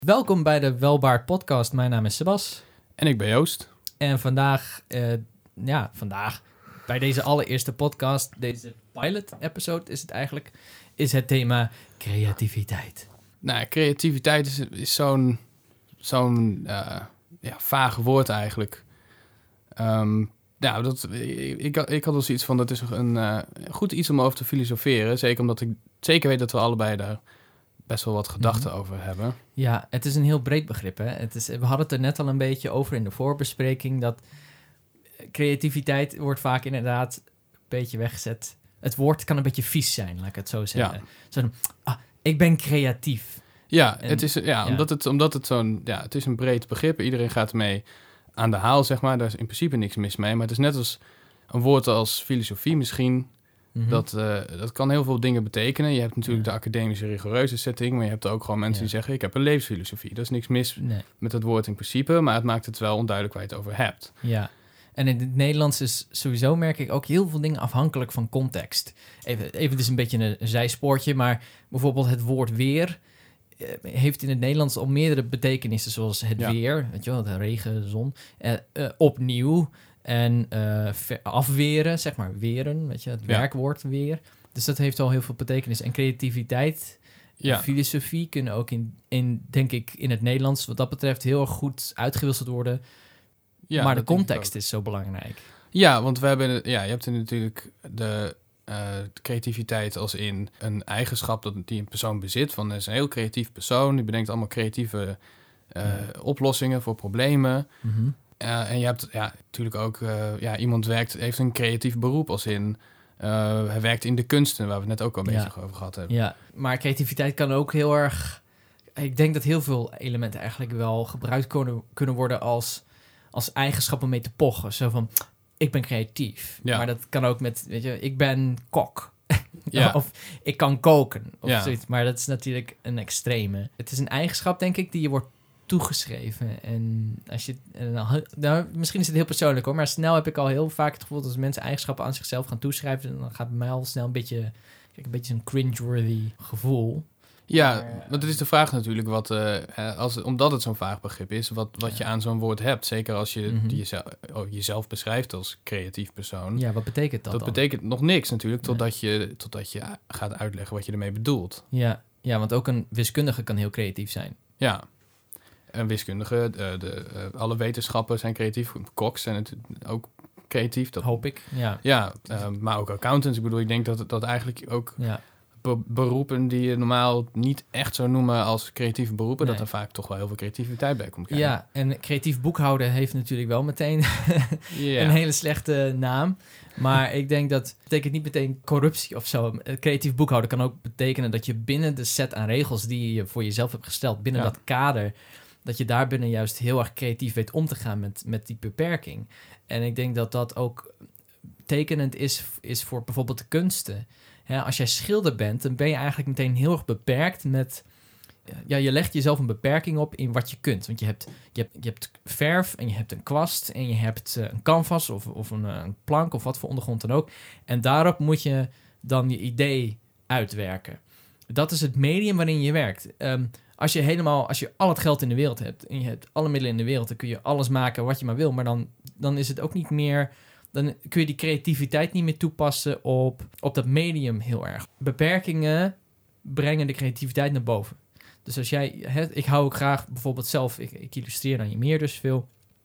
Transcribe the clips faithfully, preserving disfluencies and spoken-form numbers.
Welkom bij de Welbaard podcast. Mijn naam is Sebas. En ik ben Joost. En vandaag, uh, ja, vandaag, bij deze allereerste podcast, deze pilot-episode is het eigenlijk, is het thema creativiteit. Nou, creativiteit is, is zo'n, zo'n uh, ja, vaag woord eigenlijk. Um, ja, dat, ik, ik had wel zoiets van, dat is een uh, goed iets om over te filosoferen. Zeker omdat ik zeker weet dat we allebei daar best wel wat gedachten mm-hmm. over hebben. Ja, het is een heel breed begrip. Hè? Het is, we hadden het er net al een beetje over in de voorbespreking, dat creativiteit wordt vaak inderdaad een beetje weggezet. Het woord kan een beetje vies zijn, laat ik het zo zeggen. Ja. Zo, ah, ik ben creatief. Ja, en, het is, ja, ja. Omdat, het, omdat het zo'n, ja, het is een breed begrip. Iedereen gaat ermee aan de haal, zeg maar. Daar is in principe niks mis mee. Maar het is net als een woord als filosofie misschien. Mm-hmm. Dat, uh, dat kan heel veel dingen betekenen. Je hebt natuurlijk ja. de academische rigoureuze setting, maar je hebt ook gewoon mensen ja. die zeggen, ik heb een levensfilosofie. Dat is niks mis nee. met het woord in principe, maar het maakt het wel onduidelijk waar je het over hebt. Ja, en in het Nederlands is sowieso, merk ik, ook heel veel dingen afhankelijk van context. Even, even dus een beetje een, een zijspoortje, maar bijvoorbeeld het woord weer uh, heeft in het Nederlands al meerdere betekenissen, zoals het ja. weer, weet je wel, de regen, zon, uh, uh, opnieuw. En uh, afweren, zeg maar, weren, weet je, het ja. werkwoord weer. Dus dat heeft al heel veel betekenis. En creativiteit ja. en filosofie kunnen ook in, in, denk ik, in het Nederlands wat dat betreft heel erg goed uitgewisseld worden. Ja, maar de context is zo belangrijk. Ja, want we hebben, ja, je hebt er natuurlijk de uh, creativiteit als in een eigenschap dat die een persoon bezit. Van, dat is een heel creatief persoon, die bedenkt allemaal creatieve uh, ja. oplossingen voor problemen. Mm-hmm. Uh, en je hebt ja, natuurlijk ook, uh, ja, iemand werkt, heeft een creatief beroep als in, uh, hij werkt in de kunsten, waar we het net ook al een ja. beetje over gehad hebben. Ja, maar creativiteit kan ook heel erg, ik denk dat heel veel elementen eigenlijk wel gebruikt kunnen, kunnen worden als, als eigenschap om mee te pochen. Zo van, ik ben creatief. Ja. Maar dat kan ook met, weet je, ik ben kok. Ja. Of ik kan koken. Of ja. zoiets. Maar dat is natuurlijk een extreme. Het is een eigenschap, denk ik, die je wordt toegeschreven. En als je, nou, nou, misschien is het heel persoonlijk hoor, maar snel heb ik al heel vaak het gevoel dat als mensen eigenschappen aan zichzelf gaan toeschrijven, dan gaat bij mij al snel een beetje, kijk, een beetje zo'n cringeworthy gevoel. Ja, maar, want het is de vraag natuurlijk, wat, uh, als, omdat het zo'n vaag begrip is, wat, wat ja. je aan zo'n woord hebt. Zeker als je mm-hmm. jezelf, oh, jezelf beschrijft als creatief persoon. Ja, wat betekent dat Dat dan? betekent nog niks natuurlijk, totdat, nee. je, totdat je gaat uitleggen wat je ermee bedoelt. Ja, ja, want ook een wiskundige kan heel creatief zijn. Ja. Een wiskundige, de, de, uh, alle wetenschappen zijn creatief. Koks zijn het ook creatief. Dat, hoop ik, ja. Ja, uh, maar ook accountants. Ik bedoel, ik denk dat dat eigenlijk ook ja. be- beroepen die je normaal niet echt zou noemen als creatieve beroepen, nee. dat er vaak toch wel heel veel creativiteit bij komt kijken. Ja, en creatief boekhouden heeft natuurlijk wel meteen yeah. een hele slechte naam. Maar ik denk dat het betekent niet meteen corruptie of zo. Creatief boekhouden kan ook betekenen dat je binnen de set aan regels die je voor jezelf hebt gesteld, binnen ja. dat kader, dat je daarbinnen juist heel erg creatief weet om te gaan met, met die beperking. En ik denk dat dat ook tekenend is, is voor bijvoorbeeld de kunsten. Ja, als jij schilder bent, dan ben je eigenlijk meteen heel erg beperkt met, ja, je legt jezelf een beperking op in wat je kunt. Want je hebt, je hebt, je hebt verf en je hebt een kwast en je hebt uh, een canvas of, of een, een plank of wat voor ondergrond dan ook. En daarop moet je dan je idee uitwerken. Dat is het medium waarin je werkt. Um, Als je helemaal, als je al het geld in de wereld hebt en je hebt alle middelen in de wereld, dan kun je alles maken wat je maar wil. Maar dan, dan is het ook niet meer, dan kun je die creativiteit niet meer toepassen op, op dat medium heel erg. Beperkingen brengen de creativiteit naar boven. Dus als jij, hè, ik hou ook graag bijvoorbeeld zelf, ik, ik illustreer dan je meer dus veel.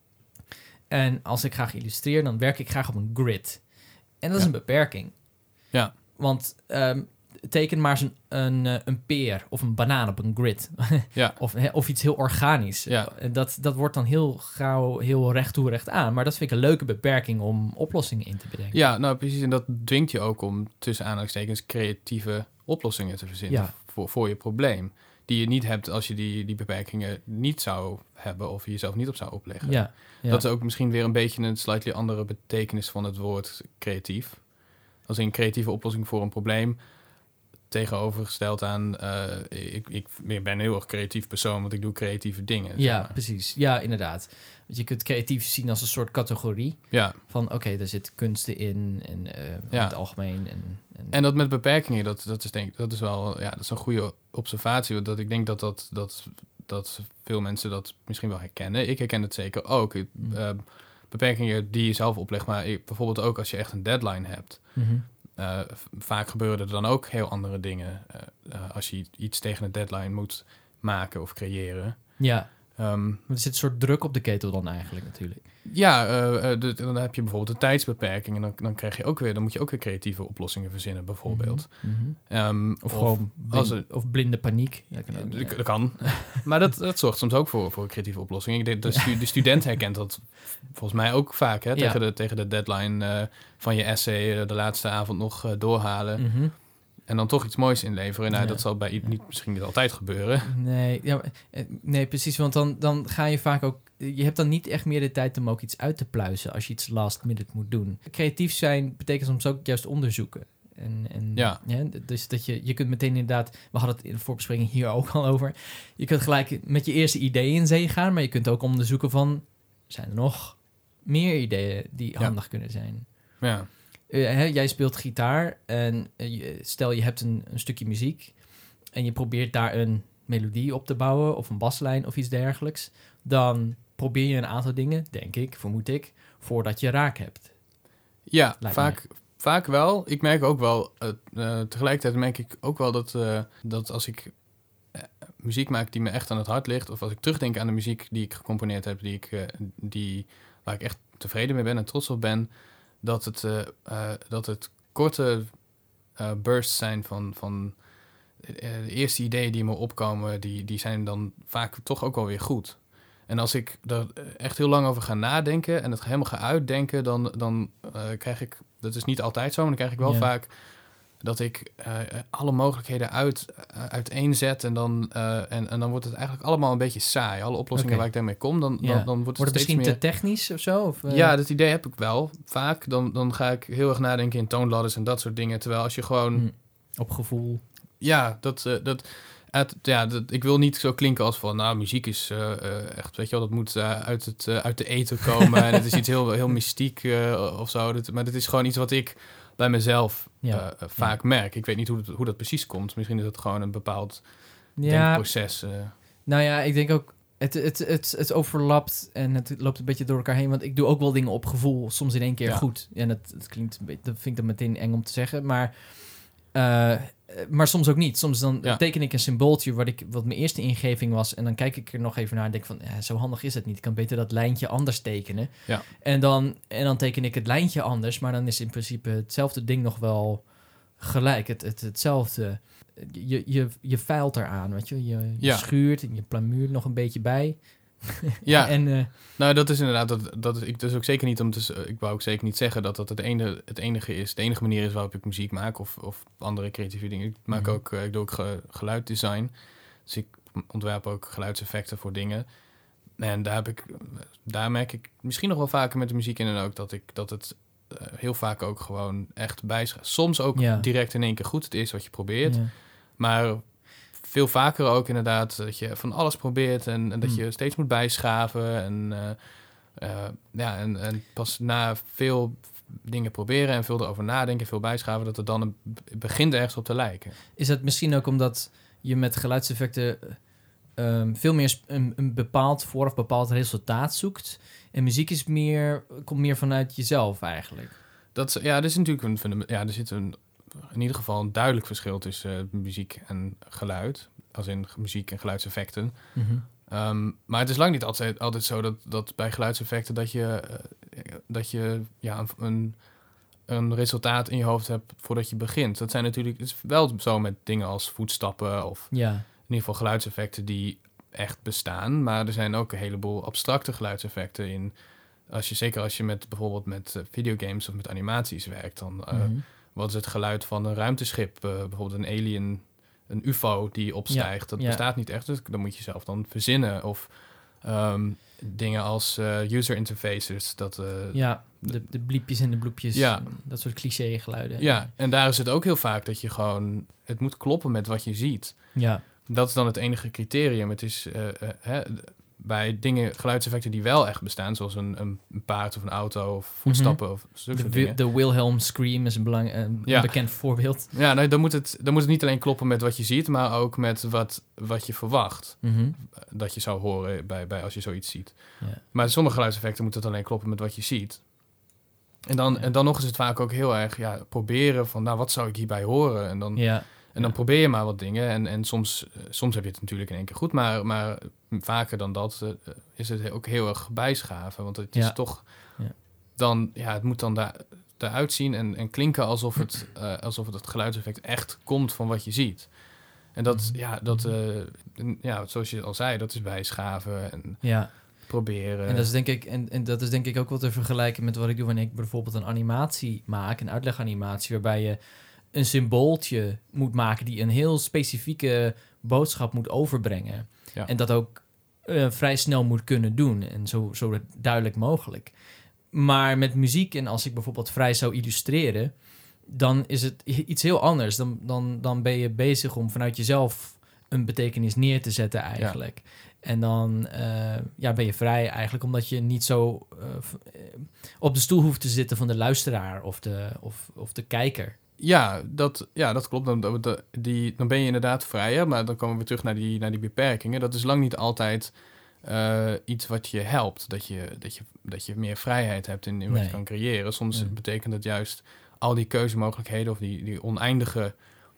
En als ik graag illustreer, dan werk ik graag op een grid. En dat is ja. een beperking. Ja. Want um, teken maar eens een, een, een peer of een banaan op een grid. Ja. of, of iets heel organisch. Ja. Dat, dat wordt dan heel gauw heel recht toe recht aan. Maar dat vind ik een leuke beperking om oplossingen in te bedenken. Ja, nou precies. En dat dwingt je ook om tussen aanhalingstekens creatieve oplossingen te verzinnen ja. voor, voor je probleem. Die je niet hebt als je die, die beperkingen niet zou hebben of je jezelf niet op zou opleggen. Ja. Ja. Dat is ook misschien weer een beetje een slightly andere betekenis van het woord creatief. Als een creatieve oplossing voor een probleem, tegenovergesteld aan, uh, ik, ik ben een heel erg creatief persoon, want ik doe creatieve dingen. Ja, zeg maar. Precies. Ja, inderdaad. Want je kunt creatief zien als een soort categorie. Ja. Van, oké, okay, er zitten kunsten in en uh, ja. in het algemeen. En, en... en dat met beperkingen, dat, dat is denk ik, dat is wel, ja, dat is een goede observatie. Want dat ik denk dat dat, dat dat veel mensen dat misschien wel herkennen. Ik herken het zeker ook. Mm. Uh, beperkingen die je zelf oplegt, maar ik, bijvoorbeeld ook als je echt een deadline hebt. Mm-hmm. Uh, vaak gebeuren er dan ook heel andere dingen uh, uh, als je iets tegen een deadline moet maken of creëren. Ja, um, maar er zit een soort druk op de ketel dan eigenlijk natuurlijk. Ja, uh, uh, de, dan heb je bijvoorbeeld een tijdsbeperking en dan, dan krijg je ook weer, dan moet je ook weer creatieve oplossingen verzinnen, bijvoorbeeld. Mm-hmm. Um, of, of gewoon blind, als het, of blinde paniek. Ja, kan ook, dat, dat kan. Maar dat, dat zorgt soms ook voor, voor een creatieve oplossing. Ik denk, de, stu, de student herkent dat volgens mij ook vaak, hè, tegen, ja. de, tegen de deadline uh, van je essay uh, de laatste avond nog uh, doorhalen. Mm-hmm. En dan toch iets moois inleveren. Nou, ja. Dat zal bij niet, misschien niet altijd gebeuren. Nee, ja, nee precies. Want dan, dan ga je vaak ook... Je hebt dan niet echt meer de tijd om ook iets uit te pluizen als je iets last minute moet doen. Creatief zijn betekent soms ook juist onderzoeken. En, en, ja. ja. Dus dat je, je kunt meteen inderdaad... We hadden het in de voorbespreking hier ook al over. Je kunt gelijk met je eerste ideeën in zee gaan, maar je kunt ook onderzoeken van... Zijn er nog meer ideeën die ja. handig kunnen zijn? Ja. Uh, hè, jij speelt gitaar en uh, stel je hebt een, een stukje muziek en je probeert daar een melodie op te bouwen of een baslijn of iets dergelijks, dan probeer je een aantal dingen, denk ik, vermoed ik, voordat je raak hebt. Ja, vaak, vaak wel. Ik merk ook wel, uh, uh, tegelijkertijd merk ik ook wel dat, uh, dat als ik uh, muziek maak die me echt aan het hart ligt, of als ik terugdenk aan de muziek die ik gecomponeerd heb, die ik, uh, die, waar ik echt tevreden mee ben en trots op ben, dat het, uh, uh, dat het korte uh, bursts zijn van, van uh, de eerste ideeën die me opkomen, die, die zijn dan vaak toch ook wel weer goed. En als ik er echt heel lang over ga nadenken en het helemaal ga uitdenken, dan, dan uh, krijg ik, dat is niet altijd zo, maar dan krijg ik wel ja. vaak dat ik uh, alle mogelijkheden uit, uh, uiteenzet en dan, uh, en, en dan wordt het eigenlijk allemaal een beetje saai. Alle oplossingen okay. waar ik daarmee kom, dan, ja. dan, dan wordt het, wordt het steeds misschien meer... te technisch of zo? Of, uh... Ja, dat idee heb ik wel vaak. Dan, dan ga ik heel erg nadenken in toonladders en dat soort dingen. Terwijl als je gewoon... Mm. Op gevoel. Ja, dat... Uh, dat Het, ja, dat, ik wil niet zo klinken als van, nou, muziek is uh, uh, echt, weet je wel, dat moet uh, uit, het, uh, uit de ether komen. En het is iets heel, heel mystiek uh, of zo. Dat, maar het is gewoon iets wat ik bij mezelf ja. uh, uh, vaak ja. merk. Ik weet niet hoe, het, hoe dat precies komt. Misschien is het gewoon een bepaald ja. denkproces. Uh. Nou ja, ik denk ook, het, het, het, het overlapt en het loopt een beetje door elkaar heen. Want ik doe ook wel dingen op gevoel, soms in één keer ja. goed. En dat, dat klinkt, dat vind ik dan meteen eng om te zeggen, maar... Uh, maar soms ook niet. Soms dan ja. teken ik een symbooltje wat, ik, wat mijn eerste ingeving was. En dan kijk ik er nog even naar en denk van... Ja, zo handig is het niet. Ik kan beter dat lijntje anders tekenen. Ja. En, dan, en dan teken ik het lijntje anders. Maar dan is in principe hetzelfde ding nog wel gelijk. Het, het, hetzelfde. Je, je, je veilt eraan, weet je. Je, je ja. schuurt en je plamuurt nog een beetje bij. Ja, en, uh, nou dat is inderdaad, dat, dat is, ik, dus ook zeker niet om te, ik wou ook zeker niet zeggen dat dat het, ene, het enige is, de enige manier is waarop ik muziek maak of, of andere creatieve dingen. Ik maak mm-hmm. ook, uh, ik doe ook ge, geluiddesign, dus ik ontwerp ook geluidseffecten voor dingen. En daar heb ik, daar merk ik misschien nog wel vaker met de muziek in en ook dat ik, dat het uh, heel vaak ook gewoon echt bijschrijft. Soms ook ja. direct in één keer goed, het is wat je probeert, ja. maar veel vaker ook inderdaad dat je van alles probeert en, en dat hmm. je steeds moet bijschaven. En, uh, uh, ja, en, en pas na veel dingen proberen en veel erover nadenken, veel bijschaven, dat het dan een, begint ergens op te lijken. Is het misschien ook omdat je met geluidseffecten um, veel meer een, een bepaald voor- of bepaald resultaat zoekt en muziek is meer, komt meer vanuit jezelf eigenlijk? Dat, ja, er is natuurlijk een, ja, er zit een in ieder geval een duidelijk verschil tussen uh, muziek en geluid. Als in muziek en geluidseffecten. Mm-hmm. Um, maar het is lang niet altijd, altijd zo dat, dat bij geluidseffecten dat je, uh, dat je ja, een, een resultaat in je hoofd hebt voordat je begint. Dat zijn natuurlijk, het is wel zo met dingen als voetstappen of ja. in ieder geval geluidseffecten die echt bestaan. Maar er zijn ook een heleboel abstracte geluidseffecten in. Als je, zeker als je met bijvoorbeeld met uh, videogames of met animaties werkt, dan... Uh, mm-hmm. Wat is het geluid van een ruimteschip? Uh, bijvoorbeeld een alien, een U F O die opstijgt. Ja, dat ja. bestaat niet echt, dus dan moet je zelf dan verzinnen. Of um, dingen als uh, user interfaces. Dat, uh, ja, de, de bliepjes en de bloepjes. Ja. Dat soort cliché geluiden. Ja, en daar is het ook heel vaak dat je gewoon... Het moet kloppen met wat je ziet. Ja. Dat is dan het enige criterium. Het is... Uh, uh, hè, bij dingen, geluidseffecten die wel echt bestaan, zoals een, een paard of een auto of voetstappen mm-hmm. of zulke de, dingen. De Wilhelm Scream is een, belang, een ja. bekend voorbeeld. Ja, nou, dan, moet het, dan moet het niet alleen kloppen met wat je ziet, maar ook met wat, wat je verwacht mm-hmm. dat je zou horen bij, bij als je zoiets ziet. Ja. Maar sommige geluidseffecten moet het alleen kloppen met wat je ziet. En dan, ja. en dan nog is het vaak ook heel erg ja, proberen van, nou, wat zou ik hierbij horen? En dan... Ja. En dan ja. probeer je maar wat dingen. En, en soms, soms heb je het natuurlijk in één keer goed. Maar, maar vaker dan dat uh, is het ook heel erg bijschaven. Want het ja. is toch... Ja. Dan, ja, het moet dan daar, eruit zien en, en klinken alsof het, uh, alsof het, het geluidseffect echt komt van wat je ziet. En dat, ja, dat uh, ja, zoals je al zei, dat is bijschaven en ja. proberen. En dat is denk ik, en, en dat is denk ik ook wel te vergelijken met wat ik doe wanneer ik bijvoorbeeld een animatie maak, een uitleganimatie, waarbij je een symbooltje moet maken die een heel specifieke boodschap moet overbrengen. Ja. En dat ook uh, vrij snel moet kunnen doen. En zo, zo duidelijk mogelijk. Maar met muziek, en als ik bijvoorbeeld vrij zou illustreren, dan is het iets heel anders. Dan, dan, dan ben je bezig om vanuit jezelf een betekenis neer te zetten eigenlijk. Ja. En dan uh, ja, ben je vrij eigenlijk, omdat je niet zo uh, op de stoel hoeft te zitten van de luisteraar of de, of, of de kijker. Ja, dat, ja, dat klopt. Dan, dat, die, dan ben je inderdaad vrijer, maar dan komen we weer terug naar die, naar die beperkingen. Dat is lang niet altijd uh, iets wat je helpt. Dat je, dat je, dat je meer vrijheid hebt in, in wat nee. je kan creëren. Soms nee. betekent het juist al die keuzemogelijkheden of die, die oneindige,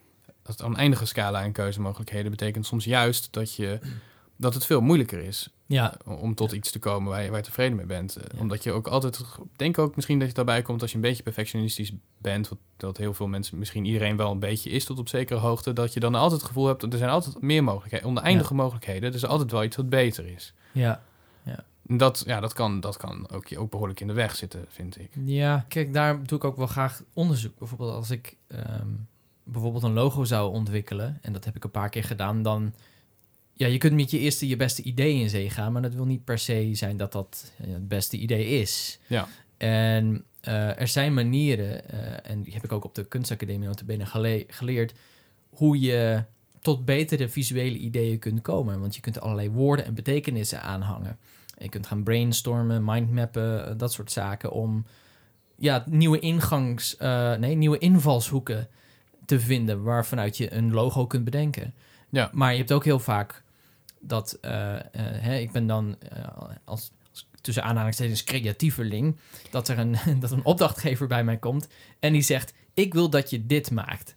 dat oneindige scala aan keuzemogelijkheden betekent soms juist dat, je, dat het veel moeilijker is. Ja. Om tot iets te komen waar je, waar je tevreden mee bent. Ja. Omdat je ook altijd... denk ook misschien dat je daarbij komt als je een beetje perfectionistisch bent. Wat, dat heel veel mensen... misschien iedereen wel een beetje is tot op zekere hoogte. Dat je dan altijd het gevoel hebt... er zijn altijd meer mogelijkheden. Oneindige ja. mogelijkheden. Er is altijd wel iets wat beter is. Ja. Ja. Dat, ja, dat kan, dat kan ook, ook behoorlijk in de weg zitten, vind ik. Ja, kijk, daar doe ik ook wel graag onderzoek. Bijvoorbeeld als ik um, bijvoorbeeld een logo zou ontwikkelen... en dat heb ik een paar keer gedaan, dan... Ja, je kunt met je eerste je beste idee in zee gaan, maar dat wil niet per se zijn dat dat ja, het beste idee is. Ja. En uh, er zijn manieren, uh, en die heb ik ook op de kunstacademie notabene gele- geleerd, hoe je tot betere visuele ideeën kunt komen. Want je kunt allerlei woorden en betekenissen aanhangen. En je kunt gaan brainstormen, mindmappen, uh, dat soort zaken, om ja, nieuwe ingangs, uh, nee, nieuwe invalshoeken te vinden waarvanuit je een logo kunt bedenken. Ja. Maar je hebt ook heel vaak dat, uh, uh, hè, ik ben dan uh, als, als tussen aanhalingstekens creatieveling, dat er een, dat een opdrachtgever bij mij komt en die zegt, ik wil dat je dit maakt.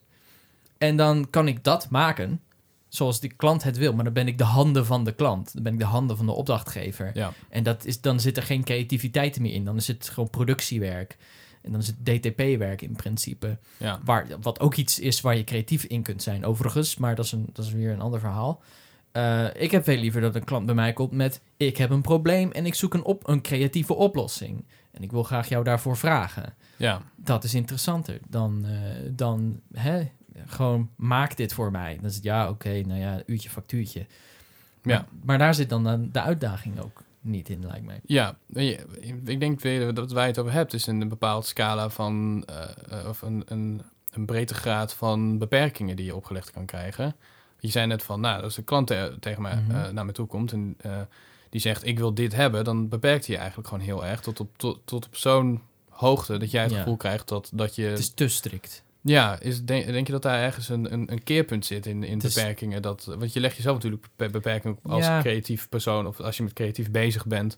En dan kan ik dat maken zoals die klant het wil, maar dan ben ik de handen van de klant. Dan ben ik de handen van de opdrachtgever. Ja. En dat is, dan zit er geen creativiteit meer in. Dan is het gewoon productiewerk. En dan is het D T P-werk in principe. Ja. Waar, wat ook iets is waar je creatief in kunt zijn, overigens. Maar dat is, een, dat is weer een ander verhaal. Uh, ik heb veel liever dat een klant bij mij komt met... ik heb een probleem en ik zoek een, op, een creatieve oplossing. En ik wil graag jou daarvoor vragen. Ja. Dat is interessanter dan, uh, dan hè, gewoon maak dit voor mij. Dan is het ja, oké, okay, nou ja, uurtje, factuurtje. Ja. Maar, maar daar zit dan de uitdaging ook niet in, lijkt mij. Ja, ik denk dat waar je het over hebt... is een bepaalde scala van... Uh, of een, een, een breedte graad van beperkingen die je opgelegd kan krijgen. Je zei net van, nou, als een klant te, tegen mij mm-hmm. uh, naar me toe komt... en uh, die zegt, ik wil dit hebben... dan beperkt hij je eigenlijk gewoon heel erg... tot op, tot, tot op zo'n hoogte dat jij het ja. gevoel krijgt dat, dat je... Het is te strikt. Ja, is, denk, denk je dat daar ergens een, een, een keerpunt zit in, in is... beperkingen? Dat, want je legt jezelf natuurlijk beperkingen op als ja. creatief persoon... of als je met creatief bezig bent.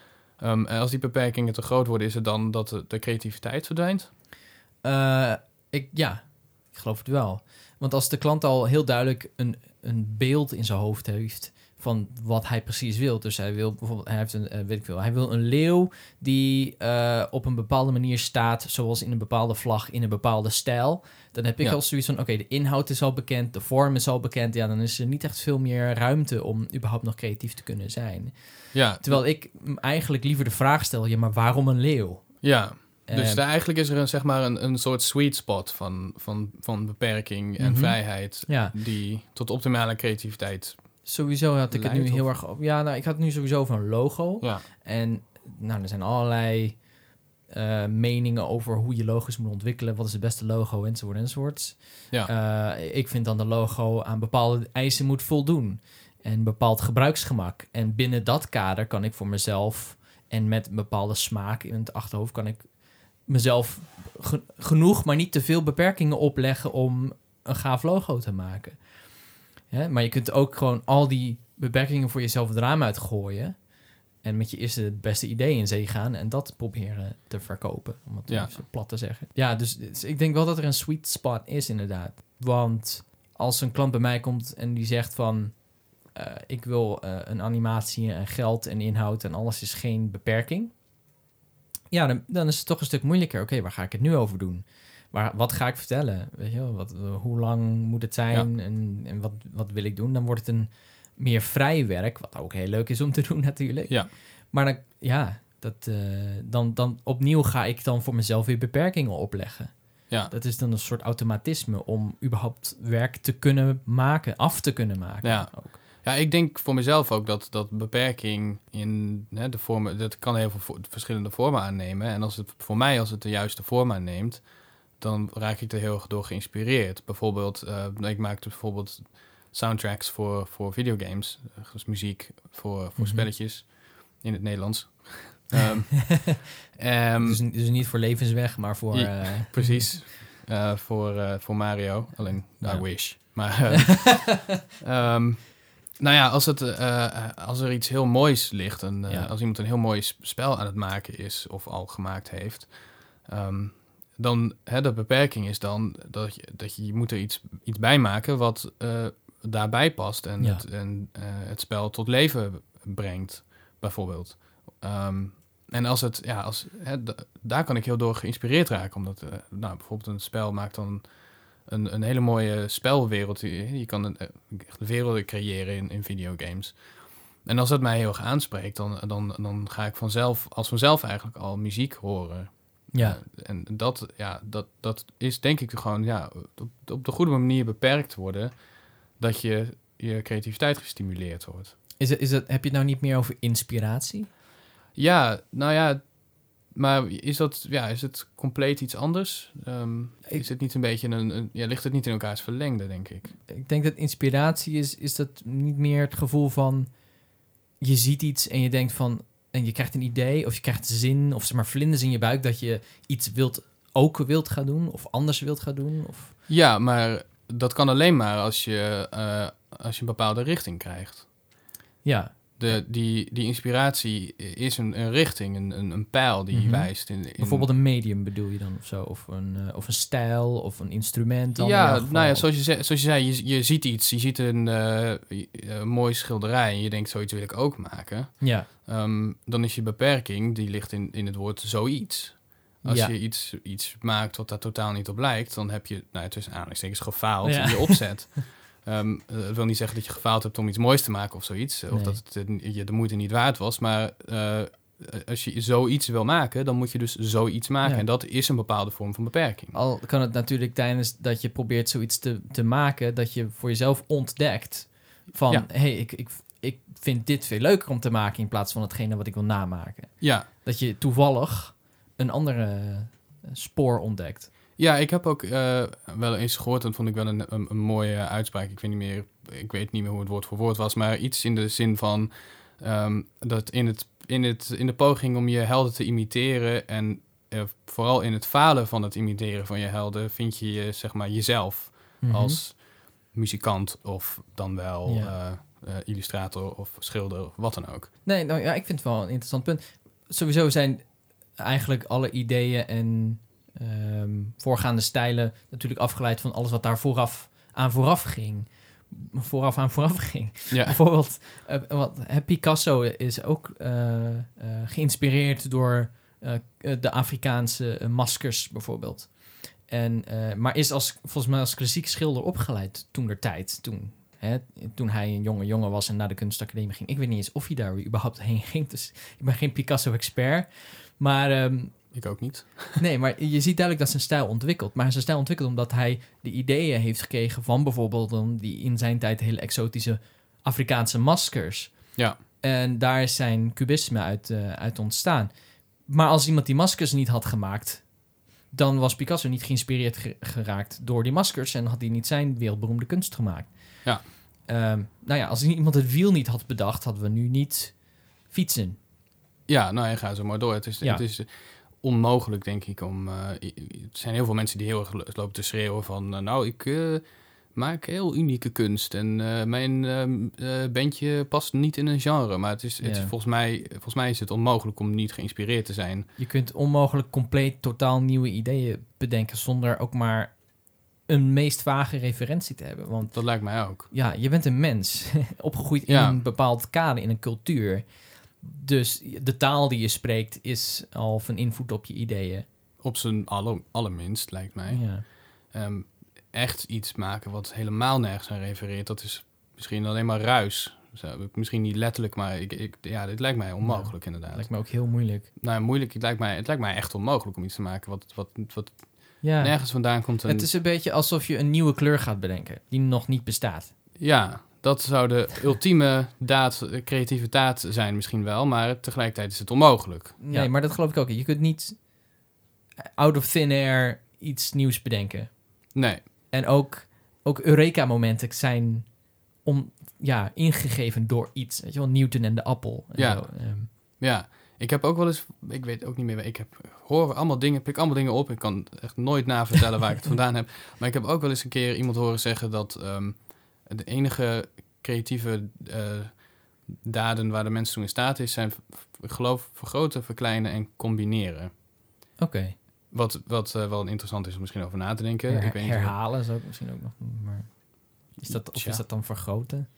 Um, en als die beperkingen te groot worden... is het dan dat de, de creativiteit verdwijnt? Uh, ik, ja, ik geloof het wel. Want als de klant al heel duidelijk een, een beeld in zijn hoofd heeft... van wat hij precies wil. Dus hij wil bijvoorbeeld, hij heeft een, uh, weet ik veel, hij wil een leeuw die uh, op een bepaalde manier staat, zoals in een bepaalde vlag, in een bepaalde stijl. Dan heb ik ja. al zoiets van, oké, okay, de inhoud is al bekend, de vorm is al bekend. Ja, dan is er niet echt veel meer ruimte om überhaupt nog creatief te kunnen zijn. Ja. Terwijl ik eigenlijk liever de vraag stel, ja, maar waarom een leeuw? Ja. Dus daar eigenlijk is er een, zeg maar een, een soort sweet spot van, van, van beperking en mm-hmm. vrijheid, ja. die tot optimale creativiteit. Sowieso had ik het nu of... heel erg... Ja, nou, ik had het nu sowieso over een logo. Ja. En nou, er zijn allerlei uh, meningen over hoe je logo's moet ontwikkelen. Wat is het beste logo, enzovoort, enzovoort. Ja. Uh, ik vind dan de logo aan bepaalde eisen moet voldoen. en bepaald gebruiksgemak. En binnen dat kader kan ik voor mezelf en met een bepaalde smaak in het achterhoofd kan ik mezelf ge- genoeg, maar niet te veel beperkingen opleggen om een gaaf logo te maken. Ja, maar je kunt ook gewoon al die beperkingen voor jezelf het raam uitgooien en met je eerste het beste idee in zee gaan en dat proberen te verkopen, om het ja. even plat te zeggen. Ja, dus, dus ik denk wel dat er een sweet spot is inderdaad. Want als een klant bij mij komt en die zegt van uh, ik wil uh, een animatie en geld en inhoud en alles is geen beperking. Ja, dan, dan is het toch een stuk moeilijker. Oké, okay, waar ga ik het nu over doen? Waar, wat ga ik vertellen? Weet je wel, wat, hoe lang moet het zijn? Ja. En, en wat, wat wil ik doen? Dan wordt het een meer vrij werk, wat ook heel leuk is om te doen natuurlijk. Ja. Maar dan, ja, dat, uh, dan, dan opnieuw ga ik dan voor mezelf weer beperkingen opleggen. Ja. Dat is dan een soort automatisme om überhaupt werk te kunnen maken, af te kunnen maken. Ja. Ook. Ja, ik denk voor mezelf ook dat, dat beperking in hè, de vormen, dat kan heel veel vo- verschillende vormen aannemen. En als het voor mij, als het de juiste vorm aanneemt, dan raak ik er heel erg door geïnspireerd. Bijvoorbeeld, uh, ik maakte bijvoorbeeld soundtracks voor, voor videogames, dus muziek voor, voor mm-hmm. spelletjes in het Nederlands. um, um, dus, dus niet voor Levensweg, maar voor... Uh... Precies, uh, voor, uh, voor Mario. Alleen, ja. I wish. Maar... Uh, um, Nou ja, als, het, uh, als er iets heel moois ligt en uh, ja. als iemand een heel mooi spel aan het maken is of al gemaakt heeft, um, dan hè, de beperking is dan dat je, dat je, je moet er iets, iets bij maken wat uh, daarbij past en, ja. het, en uh, het spel tot leven brengt, bijvoorbeeld. Um, en als het, ja, als, hè, d- daar kan ik heel door geïnspireerd raken, omdat uh, nou, bijvoorbeeld een spel maakt dan Een, een hele mooie spelwereld. Je, je kan een, echt werelden creëren in, in videogames. En als dat mij heel erg aanspreekt, dan, dan, dan ga ik vanzelf, als vanzelf eigenlijk al muziek horen. Ja. Uh, en dat, ja, dat, dat is denk ik gewoon ja, op, op de goede manier beperkt worden, dat je je creativiteit gestimuleerd wordt. Is het, is het, heb je het nou niet meer over inspiratie? Ja, nou ja, maar is dat, ja, is het compleet iets anders? Um, ik, is het niet een beetje een, een, ja, ligt het niet in elkaars verlengde, denk ik? Ik denk dat inspiratie is, is dat niet meer het gevoel van je ziet iets en je denkt van en je krijgt een idee of je krijgt zin of zeg maar vlinders in je buik dat je iets wilt ook wilt gaan doen of anders wilt gaan doen. Of... Ja, maar dat kan alleen maar als je uh, als je een bepaalde richting krijgt. Ja. De, die, die inspiratie is een, een richting, een, een, een pijl die mm-hmm. wijst. In, in... Bijvoorbeeld een medium bedoel je dan of zo? Of een, uh, of een stijl of een instrument? Dan ja, nou ja, zoals je, ze, zoals je zei, je, je ziet iets. Je ziet een, uh, een mooie schilderij en je denkt, zoiets wil ik ook maken. Ja. Um, dan is je beperking, die ligt in, in het woord zoiets. Als ja. je iets, iets maakt wat daar totaal niet op lijkt, dan heb je, nou, tussen aanhalingstekens gefaald ja. in je opzet. Um, dat wil niet zeggen dat je gefaald hebt om iets moois te maken of zoiets. Of nee. dat het uh, je de moeite niet waard was. Maar uh, als je zoiets wil maken, dan moet je dus zoiets maken. Ja. En dat is een bepaalde vorm van beperking. Al kan het natuurlijk tijdens dat je probeert zoiets te, te maken, dat je voor jezelf ontdekt van, ja. hé, hey, ik, ik, ik vind dit veel leuker om te maken in plaats van hetgene wat ik wil namaken. Ja. Dat je toevallig een andere spoor ontdekt. Ja, ik heb ook uh, wel eens gehoord, dat vond ik wel een, een, een mooie uitspraak. Ik weet niet meer, ik weet niet meer hoe het woord voor woord was, maar iets in de zin van um, dat in, het, in, het, in de poging om je helden te imiteren en uh, vooral in het falen van het imiteren van je helden vind je, je zeg maar jezelf mm-hmm. als muzikant of dan wel ja. uh, uh, illustrator of schilder of wat dan ook. Nee, nou ja, ik vind het wel een interessant punt. Sowieso zijn eigenlijk alle ideeën en Um, voorgaande stijlen natuurlijk afgeleid van alles wat daar vooraf aan vooraf ging. Vooraf aan vooraf ging. Ja. Bijvoorbeeld, uh, wat, Picasso is ook uh, uh, geïnspireerd door uh, de Afrikaanse uh, maskers bijvoorbeeld. En, uh, maar is als, volgens mij als klassiek schilder opgeleid toen der tijd. Toen, hè, toen hij een jonge jongen was en naar de kunstacademie ging. Ik weet niet eens of hij daar überhaupt heen ging. Dus ik ben geen Picasso-expert. Maar... Um, Ik ook niet. Nee, maar je ziet duidelijk dat zijn stijl ontwikkelt. Maar zijn stijl ontwikkelt omdat hij de ideeën heeft gekregen van bijvoorbeeld dan die in zijn tijd hele exotische Afrikaanse maskers. Ja. En daar is zijn cubisme uit, uh, uit ontstaan. Maar als iemand die maskers niet had gemaakt, dan was Picasso niet geïnspireerd ge- geraakt door die maskers en had hij niet zijn wereldberoemde kunst gemaakt. Ja. Um, nou ja, als iemand het wiel niet had bedacht, hadden we nu niet fietsen. Ja, nou ja, ga zo maar door. Het is, ja. het is onmogelijk, denk ik, om... Uh, er zijn heel veel mensen die heel erg lopen te schreeuwen van... Uh, nou, ik uh, maak heel unieke kunst en uh, mijn uh, uh, bandje past niet in een genre. Maar het is, het ja. is volgens, mij, volgens mij is het onmogelijk om niet geïnspireerd te zijn. Je kunt onmogelijk compleet totaal nieuwe ideeën bedenken zonder ook maar een meest vage referentie te hebben. Want dat lijkt mij ook. Ja, je bent een mens, opgegroeid in ja. een bepaald kader, in een cultuur. Dus de taal die je spreekt is al van invloed op je ideeën. Op zijn aller, allerminst, lijkt mij. Ja. Um, echt iets maken wat helemaal nergens aan refereert, dat is misschien alleen maar ruis. Zo, misschien niet letterlijk, maar ik, ik, ja, dit lijkt mij onmogelijk ja, inderdaad. Het lijkt me ook heel moeilijk. Nou, moeilijk, het lijkt mij, het lijkt mij echt onmogelijk om iets te maken wat, wat, wat ja. nergens vandaan komt. En... Het is een beetje alsof je een nieuwe kleur gaat bedenken, die nog niet bestaat. Ja, dat zou de ultieme daad, creatieve daad zijn misschien wel, maar tegelijkertijd is het onmogelijk. Nee, ja. maar dat geloof ik ook. Je kunt niet out of thin air iets nieuws bedenken. Nee. En ook, ook Eureka-momenten zijn om, ja, ingegeven door iets. Weet je wel, Newton en de appel. En ja. Zo. Um. ja, ik heb ook wel eens, ik weet ook niet meer, ik heb hoor allemaal dingen, pik allemaal dingen op. Ik kan echt nooit navertellen waar ik het vandaan heb. Maar ik heb ook wel eens een keer iemand horen zeggen dat um, de enige creatieve uh, daden waar de mens toe in staat is, zijn, ik geloof, vergroten, verkleinen en combineren. Oké. Okay. Wat, wat uh, wel interessant is om misschien over na te denken. Her- ik weet niet herhalen zou ik misschien ook nog doen, maar is dat, of ja. is dat dan vergroten?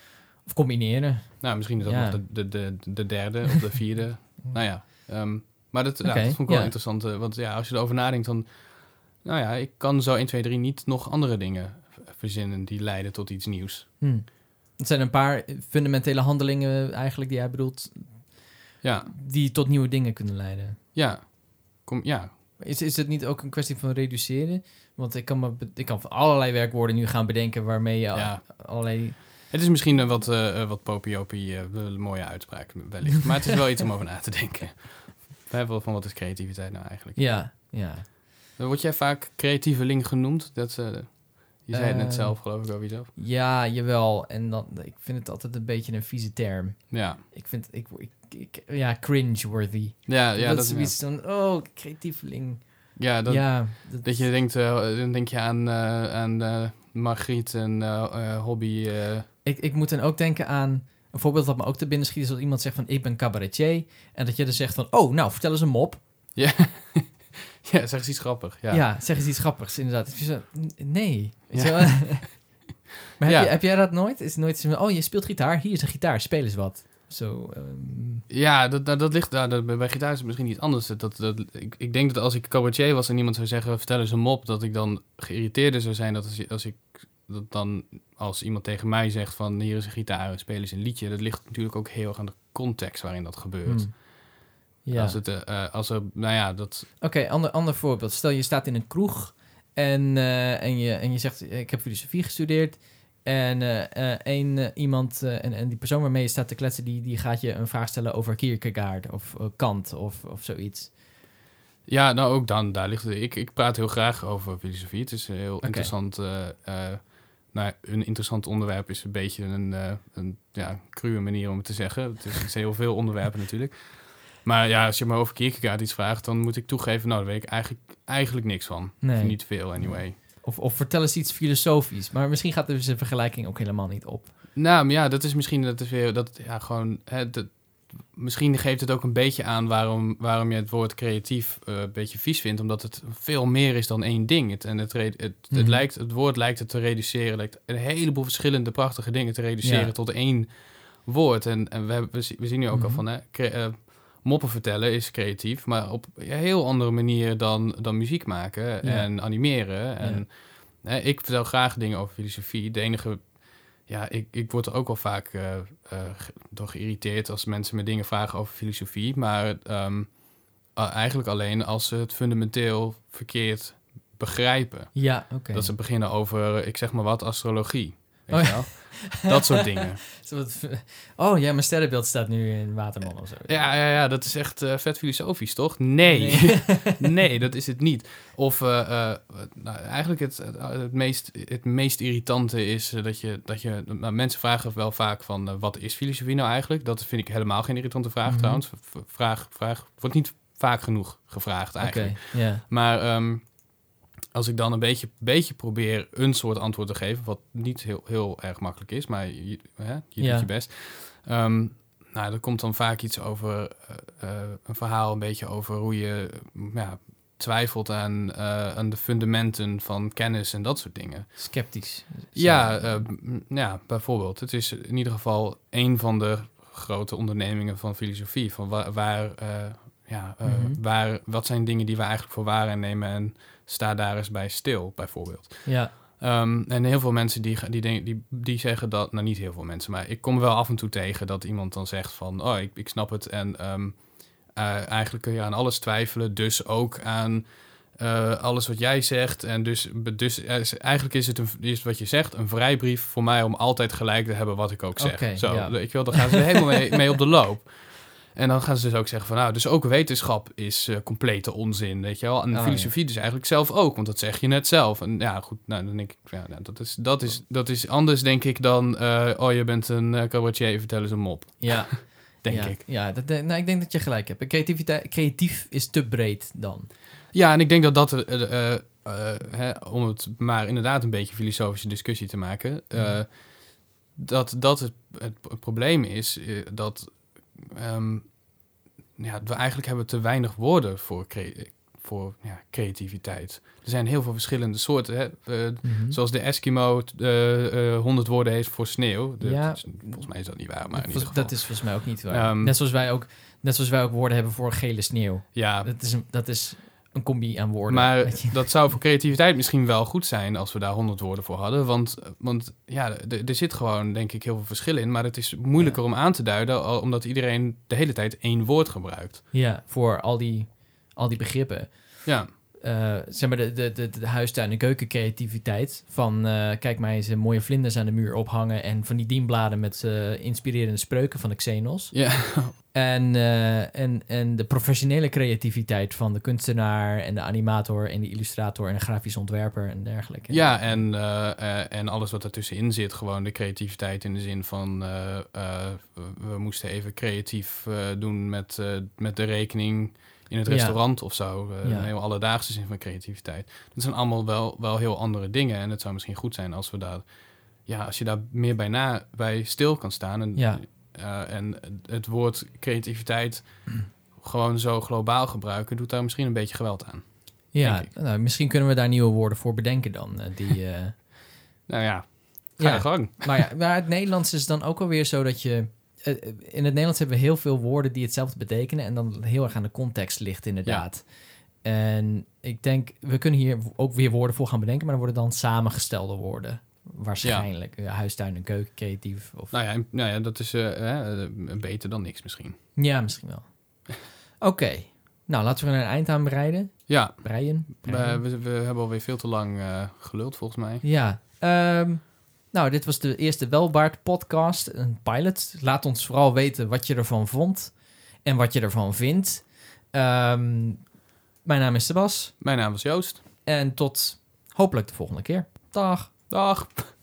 Of combineren? Nou, misschien is dat ja. nog de, de, de, de derde of de vierde. nou ja, um, maar dat, okay. ja, dat vond ik wel ja. interessant. Uh, want ja, als je erover nadenkt, dan... Nou ja, ik kan zo één, twee, drie niet nog andere dingen verzinnen die leiden tot iets nieuws. Hmm. Het zijn een paar fundamentele handelingen eigenlijk die jij bedoelt... Ja. Die tot nieuwe dingen kunnen leiden. Ja, Kom, ja. Is, is het niet ook een kwestie van reduceren? Want ik kan, me, ik kan van allerlei werkwoorden nu gaan bedenken waarmee je ja. allerlei... Het is misschien een wat, uh, wat popiopie, uh, mooie uitspraak wellicht. Maar het is wel iets om over na te denken. We hebben wel van wat is creativiteit nou eigenlijk? Ja, ja. Word jij vaak creatieveling genoemd? Dat, uh, je zei uh, het net zelf, geloof ik, over jezelf. Ja, jawel. En dan, ik vind het altijd een beetje een vieze term. Ja. Ik vind, ik, ik, ik ja, cringe-worthy. Ja, ja. Dat, dat is zoiets ja. van, oh, creatieveling. Ja, dat, ja, dat, dat je denkt, uh, dan denk je aan, uh, aan uh, Margriet en uh, uh, hobby... Uh. Ik, ik moet dan ook denken aan... Een voorbeeld dat me ook te binnen schiet is dat iemand zegt van... ik ben cabaretier. En dat je dan zegt van... oh, nou, vertel eens een mop. Ja, ja zeg eens iets grappigs. Ja. ja, zeg eens iets grappigs, inderdaad. Zo, nee. Weet ja. je wel? Maar heb, ja. je, heb jij dat nooit? Is het nooit zo van... oh, je speelt gitaar. Hier is een gitaar. Speel eens wat. Zo, um... Ja, dat, dat, dat ligt daar. Dat, bij gitaar is het misschien iets anders. Dat, dat, ik, ik denk dat als ik cabaretier was en iemand zou zeggen... vertel eens een mop, dat ik dan geïrriteerder zou zijn... dat als, als ik... dat dan als iemand tegen mij zegt van... hier is een gitaar, speel eens een liedje... dat ligt natuurlijk ook heel erg aan de context waarin dat gebeurt. Hmm. Ja. Als het, uh, als er, nou ja, dat... Oké, okay, ander, ander voorbeeld. Stel, je staat in een kroeg... en, uh, en, je, en je zegt, ik heb filosofie gestudeerd... en uh, uh, een, uh, iemand... Uh, en, en die persoon waarmee je staat te kletsen... die, die gaat je een vraag stellen over Kierkegaard... of uh, Kant of, of zoiets... Ja, nou ook dan, daar ligt het. Ik, ik praat heel graag over filosofie. Het is een heel okay. interessant... Uh, uh, nou, een interessant onderwerp is een beetje een, uh, een ja, cruwe manier om het te zeggen. Het is, het is heel veel onderwerpen natuurlijk. Maar ja, als je me over Kierkegaard iets vraagt, dan moet ik toegeven... nou, daar weet ik eigenlijk, eigenlijk niks van. Nee. Of niet veel, anyway. Of, of vertel eens iets filosofisch. Maar misschien gaat dus de vergelijking ook helemaal niet op. Nou, maar ja, dat is misschien... dat is weer dat ja, gewoon... Hè, dat, misschien geeft het ook een beetje aan waarom, waarom je het woord creatief uh, een beetje vies vindt. Omdat het veel meer is dan één ding. Het, en het, het, het, mm-hmm. het, lijkt, het woord lijkt het te reduceren. Lijkt een heleboel verschillende prachtige dingen te reduceren ja. tot één woord. En, en we, hebben, we, we zien nu ook mm-hmm. al van... Hè, cre- uh, moppen vertellen is creatief, maar op een heel andere manier dan, dan muziek maken ja. en animeren. En ja. hè, ik vertel graag dingen over filosofie. De enige... Ja, ik, ik word er ook wel vaak uh, uh, door geïrriteerd als mensen me dingen vragen over filosofie. Maar um, uh, eigenlijk alleen als ze het fundamenteel verkeerd begrijpen. Ja, oké. Okay. Dat ze beginnen over, ik zeg maar wat, astrologie. weet je wel. Dat soort dingen. Oh ja, mijn sterrenbeeld staat nu in Waterman of zo. Ja, ja, ja, dat is echt uh, vet filosofisch, toch? Nee. Nee. Nee, dat is het niet. Of uh, uh, nou, eigenlijk het, het, meest, het meest irritante is uh, dat je... Dat je uh, mensen vragen wel vaak van... Uh, wat is filosofie nou eigenlijk? Dat vind ik helemaal geen irritante vraag mm-hmm. trouwens. Vraag, vraag wordt niet vaak genoeg gevraagd eigenlijk. Okay, yeah. Maar... Um, als ik dan een beetje, beetje probeer een soort antwoord te geven... wat niet heel, heel erg makkelijk is, maar je, hè, je ja. doet je best. Um, nou, er komt dan vaak iets over... Uh, uh, een verhaal een beetje over hoe je ja, twijfelt aan, uh, aan de fundamenten van kennis en dat soort dingen. Sceptisch. Ja, uh, ja, bijvoorbeeld. Het is in ieder geval een van de grote ondernemingen van filosofie. Van waar, waar, uh, ja, uh, mm-hmm. waar, wat zijn dingen die we eigenlijk voor waar nemen... en sta daar eens bij stil, bijvoorbeeld. Ja. Um, en heel veel mensen die, die, die, die, die zeggen dat... Nou, niet heel veel mensen, maar ik kom wel af en toe tegen... dat iemand dan zegt van... oh, ik, ik snap het. En um, uh, eigenlijk kun je aan alles twijfelen. Dus ook aan uh, alles wat jij zegt. En dus, dus uh, eigenlijk is het, een, is wat je zegt... een vrijbrief voor mij om altijd gelijk te hebben... wat ik ook zeg. Okay, Zo, ja. ik wil, dan gaan ze er helemaal mee, mee op de loop. En dan gaan ze dus ook zeggen van... nou, dus ook wetenschap is uh, complete onzin, weet je wel. En oh, filosofie ja. dus eigenlijk zelf ook, want dat zeg je net zelf. En ja, goed, nou, dan denk ik... Ja, nou, dat, is, dat, is, dat is anders, denk ik, dan... Uh, oh, je bent een uh, cabaretier, vertel eens een mop. Ja. denk ja. ik. Ja, dat, nou, ik denk dat je gelijk hebt. Creativiteit, creatief is te breed dan. Ja, en ik denk dat dat... Uh, uh, uh, hè, om het maar inderdaad een beetje filosofische discussie te maken... Uh, mm. dat, dat het, het, het probleem is uh, dat... Um, ja, we eigenlijk hebben te weinig woorden voor, cre- voor ja, creativiteit. Er zijn heel veel verschillende soorten. Hè? Uh, mm-hmm. Zoals de Eskimo uh, uh, honderd woorden heeft voor sneeuw. De, ja. is, volgens mij is dat niet waar, maar in Vol- ieder geval. Dat is volgens mij ook niet waar. Um, net, zoals wij ook, net zoals wij ook woorden hebben voor gele sneeuw. Ja. Dat is een, dat is een combi aan woorden. Maar dat zou voor creativiteit misschien wel goed zijn... als we daar honderd woorden voor hadden. Want, want ja, d- er zit gewoon, denk ik, heel veel verschil in. Maar het is moeilijker ja. om aan te duiden... omdat iedereen de hele tijd één woord gebruikt. Ja, voor al die, al die begrippen. Ja. Uh, zeg maar de, de, de, de huistuin- en keukencreativiteit. Van, uh, kijk maar eens mooie vlinders aan de muur ophangen... en van die dienbladen met uh, inspirerende spreuken van de Xenos. Ja. En, uh, en, en de professionele creativiteit van de kunstenaar... en de animator en de illustrator en de grafisch ontwerper en dergelijke. Ja, en, uh, uh, en alles wat ertussenin zit. Gewoon de creativiteit in de zin van... Uh, uh, we moesten even creatief uh, doen met, uh, met de rekening... in het restaurant ja. of zo. Uh, ja. Een heel alledaagse zin van creativiteit. Dat zijn allemaal wel, wel heel andere dingen. En het zou misschien goed zijn als we daar... Ja, als je daar meer bij, na, bij stil kan staan. En, ja. uh, en het woord creativiteit gewoon zo globaal gebruiken... doet daar misschien een beetje geweld aan. Ja, nou, misschien kunnen we daar nieuwe woorden voor bedenken dan. Uh, die, uh... nou ja, ga ja. je gang. Maar ja, maar het Nederlands is dan ook alweer zo dat je... In het Nederlands hebben we heel veel woorden die hetzelfde betekenen... en dan heel erg aan de context ligt inderdaad. Ja. En ik denk, we kunnen hier ook weer woorden voor gaan bedenken... maar dan worden dan samengestelde woorden. Waarschijnlijk. Ja. Huistuin en keuken, creatief. Of... Nou, ja, nou ja, dat is uh, uh, beter dan niks misschien. Ja, misschien wel. Oké. Okay. Nou, laten we er een eind aan bereiden. Ja. Breien. breien. We, we, we hebben alweer veel te lang uh, geluld, volgens mij. Ja. Um, Nou, dit was de eerste Welbaard podcast, een pilot. Laat ons vooral weten wat je ervan vond en wat je ervan vindt. Um, mijn naam is Sebas. Mijn naam is Joost. En tot hopelijk de volgende keer. Dag. Dag.